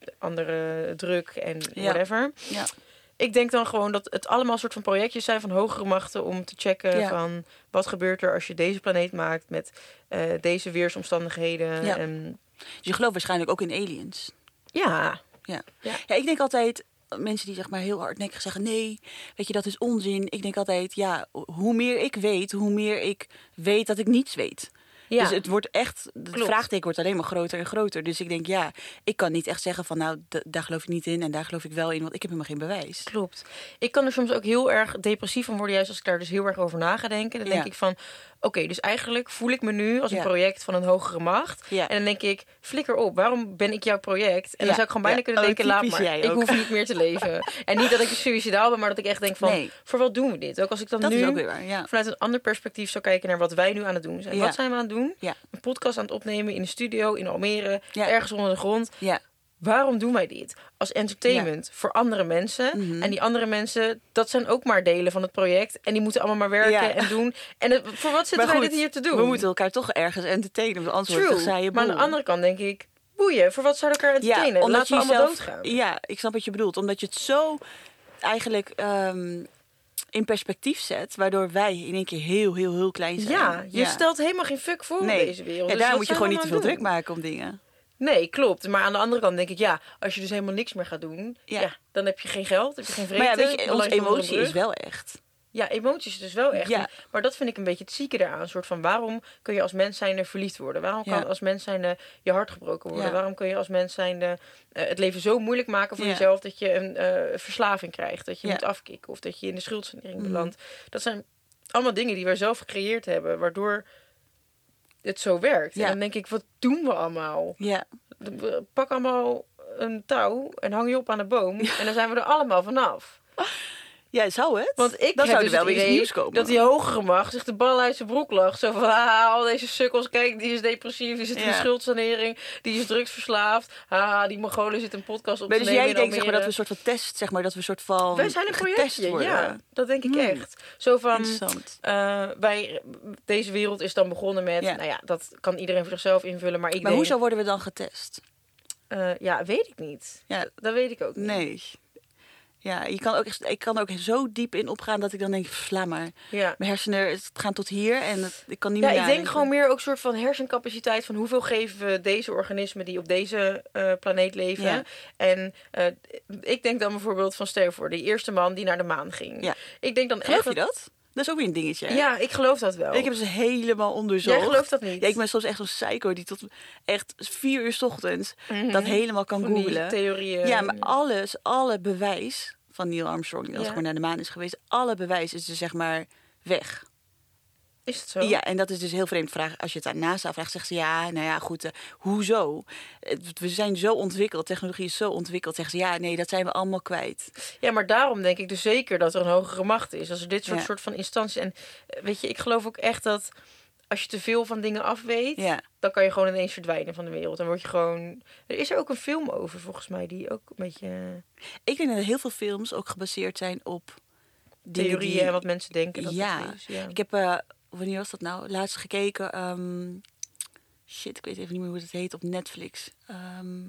andere druk en ja. whatever. Ja. Ik denk dan gewoon dat het allemaal soort van projectjes zijn... van hogere machten om te checken ja. van... wat gebeurt er als je deze planeet maakt... met uh, deze weersomstandigheden. Ja. En... Dus je gelooft waarschijnlijk ook in aliens? Ja. Ja. Ja. ja, ik denk altijd... Mensen die zeg maar heel hardnekkig zeggen... nee, weet je, dat is onzin. Ik denk altijd, ja, hoe meer ik weet... hoe meer ik weet dat ik niets weet. Ja. Dus het wordt echt... Het vraagteken wordt alleen maar groter en groter. Dus ik denk, ja, ik kan niet echt zeggen van... nou, d- daar geloof ik niet in en daar geloof ik wel in... want ik heb helemaal geen bewijs. Klopt. Ik kan er soms ook heel erg depressief van worden... juist als ik daar dus heel erg over na ga denken. Dan ja. denk ik van... Oké, okay, dus eigenlijk voel ik me nu als een ja. project van een hogere macht. Ja. En dan denk ik, flikker op, waarom ben ik jouw project? En ja. dan zou ik gewoon bijna ja. kunnen denken, oh, laat maar, ik hoef niet meer te leven. En niet dat ik suïcidaal ben, maar dat ik echt denk van, nee. voor wat doen we dit? Ook als ik dan dat nu waar, ja. vanuit een ander perspectief zou kijken naar wat wij nu aan het doen zijn. Ja. Wat zijn we aan het doen? Ja. Een podcast aan het opnemen in de studio in Almere, ja. ergens onder de grond. Ja. Waarom doen wij dit? Als entertainment ja. voor andere mensen. Mm-hmm. En die andere mensen, dat zijn ook maar delen van het project. En die moeten allemaal maar werken ja. en doen. En het, voor wat zitten goed, wij dit hier te doen? We moeten elkaar toch ergens entertainen. Want anders wordt het toch saaie boel. Maar aan de andere kant denk ik... boeien, voor wat zouden we elkaar entertainen? Ja, laten we allemaal zelf, doodgaan. Ja, ik snap wat je bedoelt. Omdat je het zo eigenlijk... Um, in perspectief zet, waardoor wij in één keer heel, heel, heel klein zijn. Ja, je ja. stelt helemaal geen fuck voor nee. in deze wereld. Ja, dus daar moet je gewoon niet te veel doen? druk maken om dingen. Nee, klopt. Maar aan de andere kant denk ik, ja, als je dus helemaal niks meer gaat doen, ja, ja dan heb je geen geld, heb je geen vrede. Maar ja, weet je, onze emotie is wel echt. Ja, emoties is dus wel echt. Ja. Maar dat vind ik een beetje het zieke daaraan. Een soort van, waarom kun je als mens zijnde verliefd worden? Waarom kan ja. als mens zijnde je hart gebroken worden? Ja. Waarom kun je als mens zijnde uh, het leven zo moeilijk maken voor ja. jezelf... dat je een uh, verslaving krijgt, dat je ja. moet afkicken... of dat je in de schuldsanering mm. belandt. Dat zijn allemaal dingen die wij zelf gecreëerd hebben... waardoor het zo werkt. Ja. En dan denk ik, wat doen we allemaal? Ja. Pak allemaal een touw en hang je op aan de boom... Ja. en dan zijn we er allemaal vanaf. Ja, zou het? Want ik dan heb zou dus er wel weer iets nieuws komen. Dat die hogere macht zich de bal uit zijn broek lag. Zo van, ah, al deze sukkels, kijk, die is depressief, die zit ja. in de schuldsanering, die is drugsverslaafd. Ah, die Mongolen zit een podcast op te dus nemen. Dus jij denkt zeg maar, dat we een soort van test, zeg maar, dat we een soort van wij zijn een projectje, ja. Dat denk ik hmm. echt. Zo van, uh, wij, deze wereld is dan begonnen met, ja. nou ja, dat kan iedereen voor zichzelf invullen. Maar, ik maar denk, hoezo worden we dan getest? Uh, ja, weet ik niet. Ja. Dat weet ik ook niet. Nee. Ja, je kan ook, ik kan er ook zo diep in opgaan dat ik dan denk, sla maar. Ja. Mijn hersenen gaan tot hier en het, ik kan niet ja, meer Ja, ik denk gewoon meer ook een soort van hersencapaciteit... van hoeveel geven we deze organismen die op deze uh, planeet leven. Ja. En uh, ik denk dan bijvoorbeeld van, stel je voor, die eerste man die naar de maan ging. Ja. Ik denk dan Geloof echt je dat? Dat is ook weer een dingetje. Hè? Ja, ik geloof dat wel. Ik heb ze helemaal onderzocht. Jij gelooft dat niet? Ja, ik ben soms echt zo'n psycho die tot echt vier uur 's ochtends mm-hmm. dat helemaal kan van googlen. Theorieën. Ja, maar alles, alle bewijs van Neil Armstrong, die als ja. gewoon naar de maan is geweest, alle bewijs is dus zeg maar weg. Is het zo? Ja, en dat is dus heel vreemd. Vraag, als je het aan NASA vraagt, zegt ze ja, nou ja, goed, uh, hoezo? We zijn zo ontwikkeld, technologie is zo ontwikkeld. Zeggen ze ja, nee, dat zijn we allemaal kwijt. Ja, maar daarom denk ik dus zeker dat er een hogere macht is. Als er dit soort, ja. soort van instanties... En weet je, ik geloof ook echt dat als je te veel van dingen af weet, ja. dan kan je gewoon ineens verdwijnen van de wereld. Dan word je gewoon... Er is er ook een film over, volgens mij, die ook een beetje... Ik denk dat heel veel films ook gebaseerd zijn op theorieën die... en wat mensen denken. Dat ja. dat is, ja, ik heb... Uh, wanneer was dat nou? Laatst gekeken. Um, shit, ik weet even niet meer hoe het heet op Netflix. Um,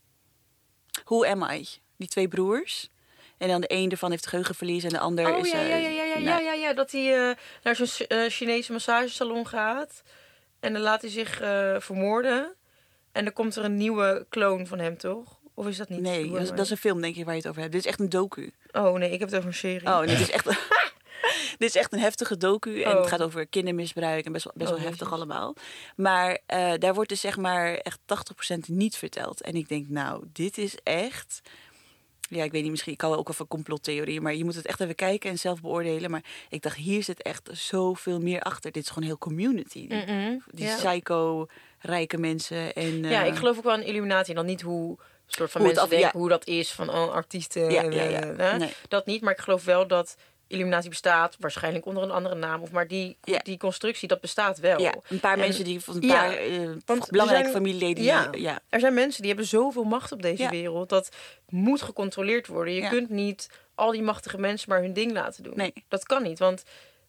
Who Am I? Die twee broers. En dan de een ervan heeft geheugenverlies en de ander oh, is... Oh ja, ja, ja, ja, ja, nou, ja, ja, ja. Dat hij uh, naar zo'n uh, Chinese massagesalon gaat. En dan laat hij zich uh, vermoorden. En dan komt er een nieuwe kloon van hem, toch? Of is dat niet? Nee, dat is, dat is een film, denk ik, waar je het over hebt. Dit is echt een docu. Oh nee, ik heb het over een serie. Oh nee, dit is echt... Dit is echt een heftige docu. En oh. het gaat over kindermisbruik en best wel, best wel oh, heftig jezus. allemaal. Maar uh, daar wordt dus zeg maar echt tachtig procent niet verteld. En ik denk, nou, dit is echt... Ja, ik weet niet, misschien ik hou ook wel van complottheorie, maar je moet het echt even kijken en zelf beoordelen. Maar ik dacht, hier zit echt zoveel meer achter. Dit is gewoon heel community. Die, Mm-mm, die ja. psycho-rijke mensen. En, uh, ja, ik geloof ook wel in Illuminati. En dan niet hoe soort van hoe het mensen af, denken ja. hoe dat is van oh, artiesten. Ja, en, ja, ja. uh, Nee. Dat niet, maar ik geloof wel dat Illuminati bestaat. Waarschijnlijk onder een andere naam. Of maar die, Ja. die constructie, dat bestaat wel. Ja, een paar En- mensen die van een ja, paar uh, want belangrijke er zijn- familieleden. ja. Die, ja. Er zijn mensen die hebben zoveel macht op deze Ja. wereld. Dat moet gecontroleerd worden. Je Ja. kunt niet al die machtige mensen maar hun ding laten doen. Nee. Dat kan niet, want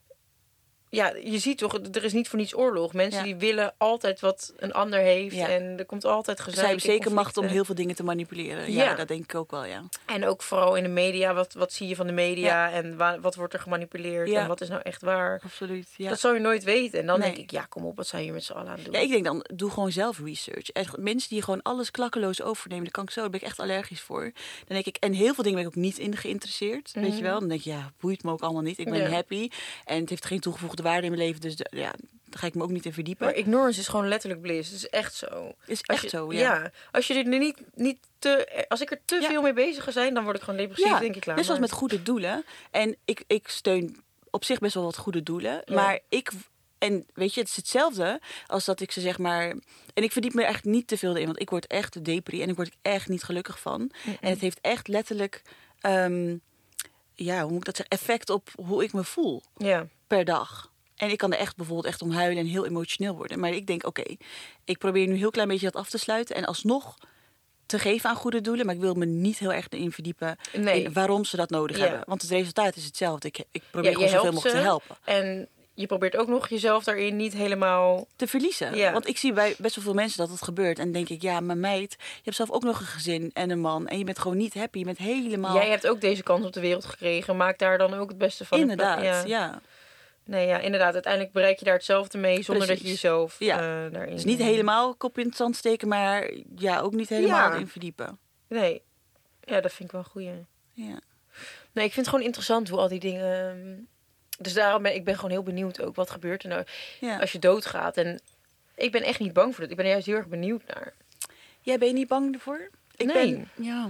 ja, je ziet toch, er is niet voor niets oorlog. Mensen Ja. die willen altijd wat een ander heeft. Ja. En er komt altijd gezeik. Zij hebben en zeker macht om conflicten. heel veel dingen te manipuleren. Ja, Ja. dat denk ik ook wel, ja. En ook vooral in de media. Wat, wat zie je van de media? En wa- wat wordt er gemanipuleerd? Ja. En wat is nou echt waar? Absoluut, ja. Dat zou je nooit weten. En dan Nee. denk ik, ja, kom op, wat zijn je met z'n allen aan het doen? Ja, ik denk dan, doe gewoon zelf research. Echt, mensen die gewoon alles klakkeloos overnemen, daar kan ik zo, daar ben ik echt allergisch voor. Dan denk ik, en heel veel dingen ben ik ook niet in geïnteresseerd, weet je Mhm. wel. Dan denk je, ja, boeit me ook allemaal niet. Ik ben Ja. happy en het heeft geen toegevoegde waarde in mijn leven, dus de- ja, daar ga ik me ook niet in verdiepen. Maar ignorance is gewoon letterlijk bliss. Het is echt zo. Is Als echt je- zo, ja. Als je er niet, niet te, als ik er te Ja. veel mee bezig ga zijn, dan word ik gewoon depressief, Ja, denk ik. Klaar. net zoals Maar- met goede doelen. En ik, ik steun op zich best wel wat goede doelen. Ja. Maar ik... En weet je, het is hetzelfde als dat ik ze zeg maar... En ik verdiep me echt niet te veel in, want ik word echt depri en ik word er echt niet gelukkig van. Mm-mm. En het heeft echt letterlijk, ehm, ja, hoe moet ik dat zeggen, effect op hoe ik me voel Ja. per dag. En ik kan er echt bijvoorbeeld echt om huilen en heel emotioneel worden. Maar ik denk, oké, ik probeer nu heel klein beetje dat af te sluiten en alsnog te geven aan goede doelen, maar ik wil me niet heel erg erin verdiepen Nee. in waarom ze dat nodig Ja. hebben. Want het resultaat is hetzelfde. Ik, ik probeer Ja, je gewoon zoveel helpt mogelijk ze. te helpen. En je probeert ook nog jezelf daarin niet helemaal... Te verliezen. Ja. Want ik zie bij best wel veel mensen dat het gebeurt. En dan denk ik, ja, maar meid, je hebt zelf ook nog een gezin en een man. En je bent gewoon niet happy. Je bent helemaal... Jij hebt ook deze kans op de wereld gekregen. Maak daar dan ook het beste van. Inderdaad, Ja. ja. Nee, ja, inderdaad. Uiteindelijk bereik je daar hetzelfde mee zonder Precies. dat je jezelf Ja. eh, daarin... Dus niet helemaal kop in het zand steken, maar ja, ook niet helemaal Ja. in verdiepen. Nee. Ja, dat vind ik wel een goeie. Ja. Nee, ik vind het gewoon interessant hoe al die dingen... Dus daarom ben ik ben gewoon heel benieuwd ook. Wat gebeurt er nou Ja. als je doodgaat? En ik ben echt niet bang voor dat. Ik ben er juist heel erg benieuwd naar. Jij ben je niet bang ervoor? Ik Nee. ben, ja.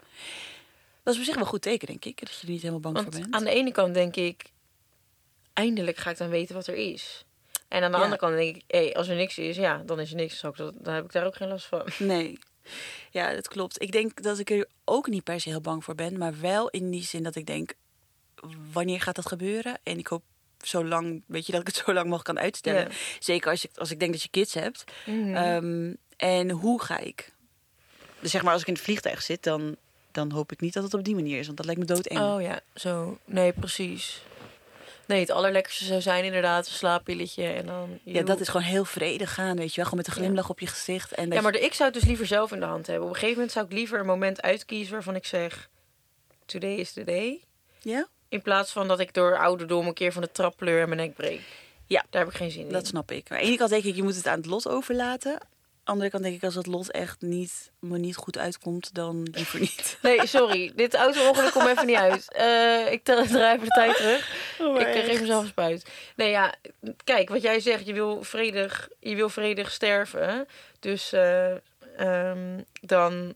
Dat is op zich wel een goed teken, denk ik. Dat je er niet helemaal bang Want voor bent. aan de ene kant denk ik... Eindelijk ga ik dan weten wat er is. En aan de Ja. andere kant denk ik... Hey, als er niks is, ja, dan is er niks. Dan, dat, dan heb ik daar ook geen last van. Nee. Ja, dat klopt. Ik denk dat ik er ook niet per se heel bang voor ben. Maar wel in die zin dat ik denk... Wanneer gaat dat gebeuren? En ik hoop zo lang... Weet je, dat ik het zo lang mogelijk kan uitstellen. Ja. Zeker als ik, als ik denk dat je kids hebt. Mhm. Ehm, en hoe ga ik? Dus zeg maar, als ik in het vliegtuig zit... dan, dan hoop ik niet dat het op die manier is. Want dat lijkt me doodeng. Oh ja, zo. Nee, precies. Nee, het allerlekkerste zou zijn inderdaad een slaappilletje. En dan... Ja, dat is gewoon heel vredig gaan, weet je wel. Gewoon met een glimlach op je gezicht. En dat Ja, je- maar de, ik zou het dus liever zelf in de hand hebben. Op een gegeven moment zou ik liever een moment uitkiezen waarvan ik zeg... Today is the day. Ja? In plaats van dat ik door ouderdom een keer van de trap pleur en mijn nek breek. Ja. Daar heb ik geen zin in. Dat snap ik. Maar aan de ene kant denk ik, je moet het aan het lot overlaten. Aan de andere kant denk ik, als het lot echt niet, me niet goed uitkomt, dan liever niet. Nee, sorry. Dit auto-ongeluk komt even niet uit. Eh, ik tel- draai even de tijd terug. Oh, ik eh, geef mezelf een spuit. Nee, ja. Kijk, wat jij zegt. Je wil vredig, je wil vredig sterven. Dus eh, ehm, dan...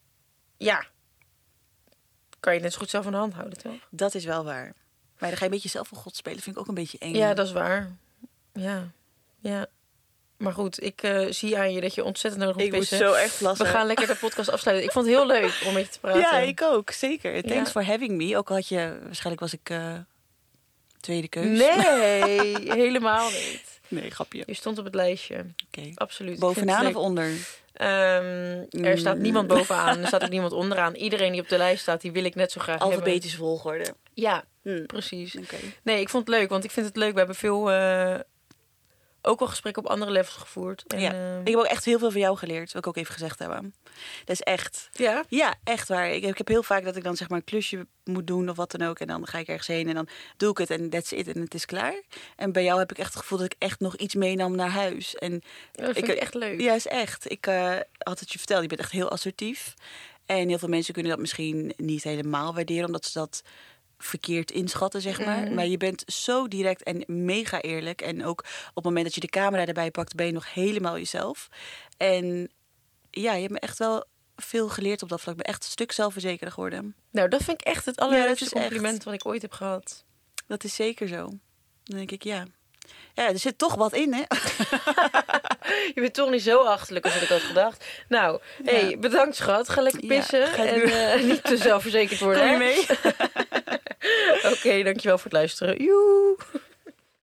Ja. Kan je het net zo goed zelf aan de hand houden, toch? Dat is wel waar. Maar dan ga je een beetje zelf voor God spelen. Vind ik ook een beetje eng. Ja, dat is waar. Ja. Ja. Maar goed, ik eh, zie aan je dat je ontzettend nodig moet Ik moet pissen. zo echt plassen. We gaan lekker de podcast afsluiten. Ik vond het heel leuk om met je te praten. Ja, ik ook. Zeker. Thanks Ja. for having me. Ook al had je... Waarschijnlijk was ik uh, tweede keus. Nee, helemaal niet. Nee, grapje. Je stond op het lijstje. Oké. Okay. Absoluut. Bovenaan of onder? Um, er staat niemand bovenaan. Er staat ook niemand onderaan. Iedereen die op de lijst staat, die wil ik net zo graag Alfabetische volgorde. Ja, hmm. precies. Okay. Nee, ik vond het leuk. Want ik vind het leuk. We hebben veel... Uh, ook wel gesprekken op andere levels gevoerd. En, ja. uh, ik heb ook echt heel veel van jou geleerd. Wil ik ook even gezegd hebben. Dat is echt. Ja? Ja, echt waar. Ik, ik heb heel vaak dat ik dan zeg maar een klusje moet doen of wat dan ook. En dan ga ik ergens heen en dan doe ik het en that's it. En het is klaar. En bij jou heb ik echt het gevoel dat ik echt nog iets meenam naar huis. En ja, dat vind ik echt leuk. Ja, is echt. Ik uh, had het je verteld. Je bent echt heel assertief. En heel veel mensen kunnen dat misschien niet helemaal waarderen. Omdat ze dat verkeerd inschatten, zeg maar. Mm. Maar je bent zo direct en mega eerlijk. En ook op het moment dat je de camera erbij pakt, ben je nog helemaal jezelf. En ja, je hebt me echt wel veel geleerd op dat vlak. Ik ben echt een stuk zelfverzekerder geworden. Nou, dat vind ik echt het allerleukste ja, compliment echt... wat ik ooit heb gehad. Dat is zeker zo. Dan denk ik, ja. Ja, er zit toch wat in, hè? Je bent toch niet zo achterlijk als ik had gedacht. Nou, ja. hey, bedankt schat. Ga lekker pissen. Ja, en uh, niet te zelfverzekerd worden. Kom je mee? Oké, okay, dankjewel voor het luisteren. Joe!